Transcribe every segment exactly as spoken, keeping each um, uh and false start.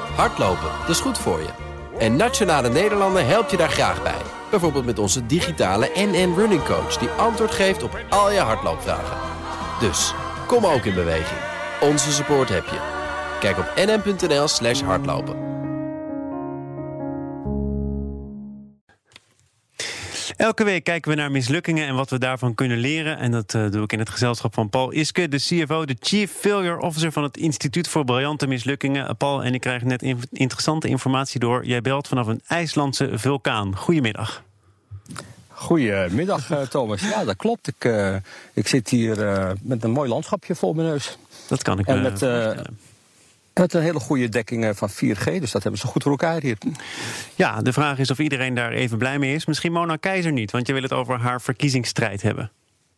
Hardlopen, dat is goed voor je. En Nationale Nederlanden helpt je daar graag bij. Bijvoorbeeld met onze digitale N N Running Coach... die antwoord geeft op al je hardloopvragen. Dus, kom ook in beweging. Onze support heb je. Kijk op nn.nl slash hardlopen. Elke week kijken we naar mislukkingen en wat we daarvan kunnen leren. En dat uh, doe ik in het gezelschap van Paul Iske, de C F O, de Chief Failure Officer van het Instituut voor Briljante Mislukkingen. Uh, Paul, en ik krijg net in- interessante informatie door. Jij belt vanaf een IJslandse vulkaan. Goedemiddag. Goedemiddag, uh, Thomas. Ja, dat klopt. Ik, uh, ik zit hier uh, met een mooi landschapje voor mijn neus. Dat kan ik en me met, uh, voorstellen. Met een hele goede dekking van vier G, dus dat hebben ze goed voor elkaar hier. Ja, de vraag is of iedereen daar even blij mee is. Misschien Mona Keizer niet, want je wil het over haar verkiezingsstrijd hebben.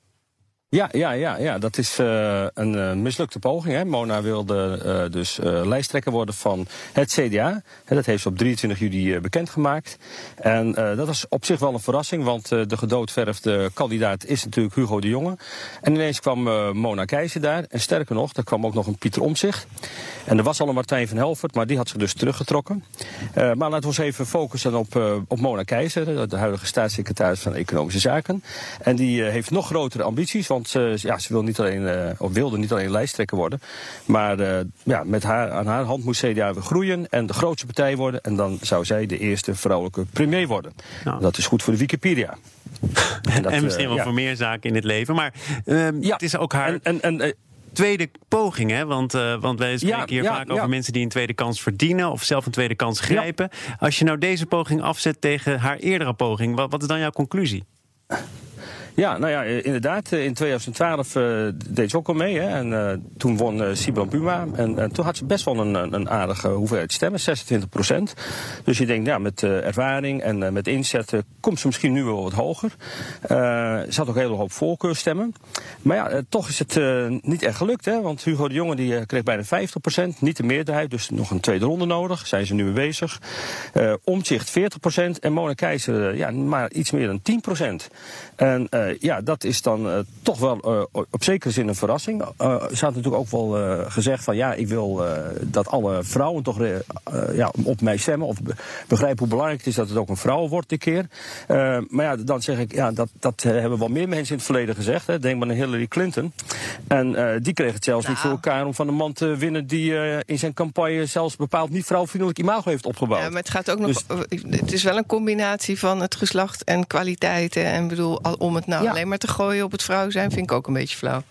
Ja, ja, ja, ja, dat is uh, een uh, mislukte poging. Hè. Mona wilde uh, dus uh, lijsttrekker worden van het C D A. Hè, dat heeft ze op drieëntwintig juli uh, bekendgemaakt. En uh, dat was op zich wel een verrassing, want uh, de gedoodverfde kandidaat is natuurlijk Hugo de Jonge. En ineens kwam uh, Mona Keizer daar. En sterker nog, er kwam ook nog een Pieter Omtzigt. En er was al een Martijn van Helvert, maar die had zich dus teruggetrokken. Uh, maar laten we ons even focussen op, uh, op Mona Keizer, de huidige staatssecretaris van Economische Zaken. En die uh, heeft nog grotere ambities, want uh, ja, ze wil niet alleen, uh, of wilde niet alleen lijsttrekker worden. Maar uh, ja, met haar, aan haar hand moest C D A weer groeien en de grootste partij worden. En dan zou zij de eerste vrouwelijke premier worden. Nou. Dat is goed voor de Wikipedia. En, dat, en misschien uh, wel ja. voor meer zaken in het leven. Maar uh, ja. het is ook haar... En, en, en, tweede poging, hè? Want, uh, want wij spreken ja, hier ja, vaak ja. over mensen die een tweede kans verdienen of zelf een tweede kans grijpen. Ja. Als je nou deze poging afzet tegen haar eerdere poging, wat, wat is dan jouw conclusie? Ja, nou ja, inderdaad. In tweeduizend twaalf uh, deed ze ook al mee. Hè, en uh, toen won uh, Sibran Buma. En, en toen had ze best wel een, een aardige hoeveelheid stemmen, zesentwintig procent. Dus je denkt, ja, met uh, ervaring en uh, met inzet uh, komt ze misschien nu wel wat hoger. Uh, ze had ook een hele hoop voorkeurstemmen. Maar ja, uh, toch is het uh, niet echt gelukt. Hè, want Hugo de Jonge die, uh, kreeg bijna vijftig procent. Niet de meerderheid, dus nog een tweede ronde nodig. Zijn ze nu mee bezig. Uh, Omtzigt veertig procent. En Mona Keizer uh, ja, maar iets meer dan tien procent. En uh, Uh, ja, dat is dan uh, toch wel uh, op zekere zin een verrassing. Uh, ze had natuurlijk ook wel uh, gezegd van ja, ik wil uh, dat alle vrouwen toch uh, ja, op mij stemmen. Of be- begrijpen hoe belangrijk het is dat het ook een vrouw wordt dit keer. Uh, maar ja, dan zeg ik, ja, dat, dat hebben wel meer mensen in het verleden gezegd. Hè. Denk maar aan Hillary Clinton. En uh, die kreeg het zelfs nou. niet voor elkaar om van een man te winnen die uh, in zijn campagne zelfs bepaald niet vrouwvriendelijk imago heeft opgebouwd. Ja, maar het gaat ook nog. Dus, het is wel een combinatie van het geslacht en kwaliteiten. En bedoel, om het nou ja. alleen maar te gooien op het vrouw zijn, vind ik ook een beetje flauw.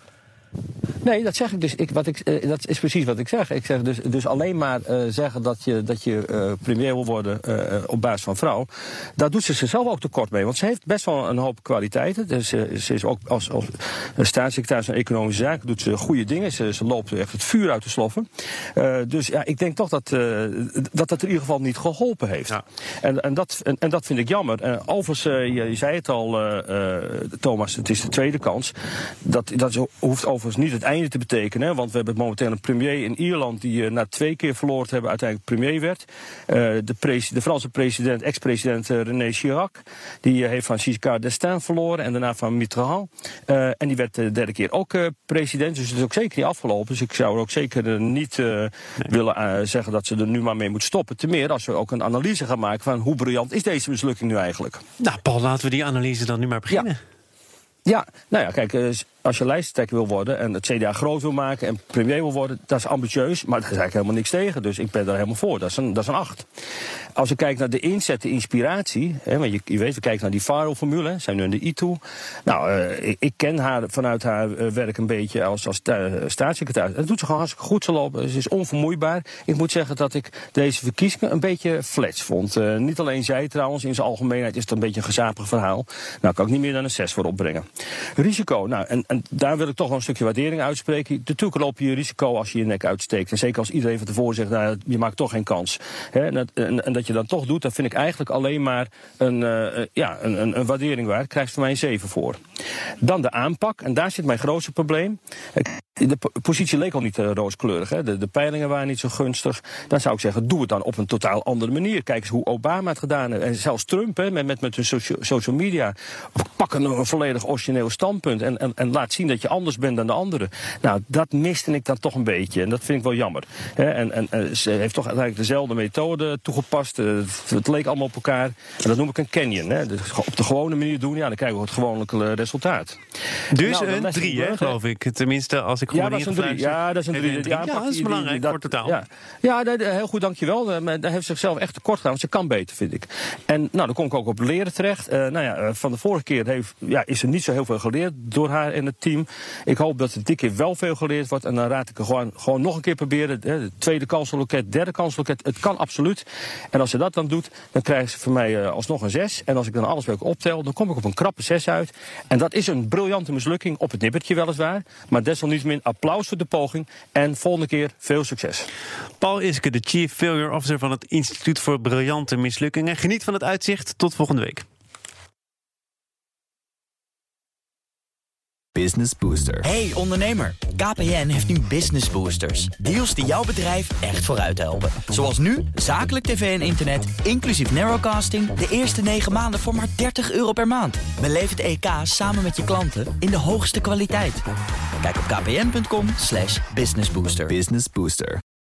Nee, dat zeg ik dus. Ik, wat ik, uh, dat is precies wat ik zeg. Ik zeg dus, dus alleen maar uh, zeggen dat je, dat je uh, premier wil worden uh, op basis van vrouw. Daar doet ze zichzelf ook tekort mee. Want ze heeft best wel een hoop kwaliteiten. Dus, uh, ze is ook als, als staatssecretaris van Economische Zaken doet ze goede dingen. Ze, ze loopt echt het vuur uit de sloffen. Uh, dus ja, ik denk toch dat, uh, dat dat in ieder geval niet geholpen heeft. Ja. En, en, dat, en, en dat vind ik jammer. Uh, overigens, uh, je, je zei het al, uh, uh, Thomas, het is de tweede kans. Dat, dat hoeft overigens niet het einde te betekenen. Hè, want we hebben momenteel een premier in Ierland die uh, na twee keer verloren te hebben uiteindelijk premier werd. Uh, de, pres- de Franse president, ex-president uh, René Chirac, die uh, heeft van Giscard d'Estaing verloren en daarna van Mitterrand. Uh, en die werd de derde keer ook uh, president. Dus het is ook zeker niet afgelopen. Dus ik zou er ook zeker uh, niet uh, nee. willen uh, zeggen dat ze er nu maar mee moet stoppen. Ten meer als we ook een analyse gaan maken van hoe briljant is deze mislukking nu eigenlijk. Nou, Paul, laten we die analyse dan nu maar beginnen. Ja. Ja, nou ja, kijk, als je lijsttrekker wil worden en het C D A groot wil maken en premier wil worden, dat is ambitieus, maar daar is eigenlijk helemaal niks tegen. Dus ik ben daar helemaal voor. Dat is een, dat is een acht. Als je kijkt naar de inzet, de inspiratie, hè, want je, je weet, we kijken naar die Faro-formule, zijn nu in de I T O. Nou, uh, ik, ik ken haar vanuit haar uh, werk een beetje als, als uh, staatssecretaris. Dat doet ze gewoon hartstikke goed. Ze lopen, ze is onvermoeibaar. Ik moet zeggen dat ik deze verkiezingen een beetje flats vond. Uh, niet alleen zij trouwens, in zijn algemeenheid is het een beetje een gezapig verhaal. Nou, kan ik niet meer dan een zes voor opbrengen. Risico, nou, en, en daar wil ik toch wel een stukje waardering uitspreken. Natuurlijk loop je risico als je je nek uitsteekt. En zeker als iedereen van tevoren zegt, nou, je maakt toch geen kans. Hè, en, dat, en, en dat je dat toch doet, dat vind ik eigenlijk alleen maar een, uh, ja, een, een, een waardering waard. Krijg je van mij een zeven voor. Dan de aanpak, en daar zit mijn grootste probleem. de positie leek al niet uh, rooskleurig. Hè? De, de peilingen waren niet zo gunstig. Dan zou ik zeggen, doe het dan op een totaal andere manier. Kijk eens hoe Obama het gedaan heeft. En zelfs Trump, hè, met, met, met hun socia- social media. Pak een, een volledig origineel standpunt. En, en, en laat zien dat je anders bent dan de anderen. Nou, dat miste ik dan toch een beetje. En dat vind ik wel jammer. Hè? En, en, en ze heeft toch eigenlijk dezelfde methode toegepast. Uh, het, het leek allemaal op elkaar. En dat noem ik een canyon. Hè? Dus op de gewone manier doen, ja, dan krijgen we het gewone resultaat. Dus nou, een drie, hè, geloof ik. Tenminste, als ik goed ja, dat is een drie. Ja, dat is een drie. Ja, ja, dat is die, belangrijk die, dat, voor totaal. Ja, ja dat, heel goed, dankjewel. Maar daar heeft zichzelf echt tekort gedaan, want ze kan beter, vind ik. En nou, dan kom ik ook op leren terecht. Uh, nou ja, van de vorige keer heeft, ja, is er niet zo heel veel geleerd door haar en het team. Ik hoop dat er dit keer wel veel geleerd wordt. En dan raad ik er gewoon, gewoon nog een keer proberen. De tweede kansloket, derde kansloket. Het kan absoluut. En als ze dat dan doet, dan krijgen ze van mij uh, alsnog een zes. En als ik dan alles bij elkaar optel, dan kom ik op een krappe zes uit. En dat is een briljante mislukking, op het nippertje weliswaar. Maar desalniettemin applaus voor de poging. En volgende keer veel succes. Paul Iske, de Chief Failure Officer van het Instituut voor Briljante Mislukkingen. Geniet van het uitzicht. Tot volgende week. Business Booster. Hey ondernemer, K P N heeft nu Business Boosters. Deals die jouw bedrijf echt vooruit helpen. Zoals nu, zakelijk tv en internet, inclusief narrowcasting, de eerste negen maanden voor maar dertig euro per maand. Beleef het E K samen met je klanten in de hoogste kwaliteit. Kijk op kpn punt com slash businessbooster. Business Booster.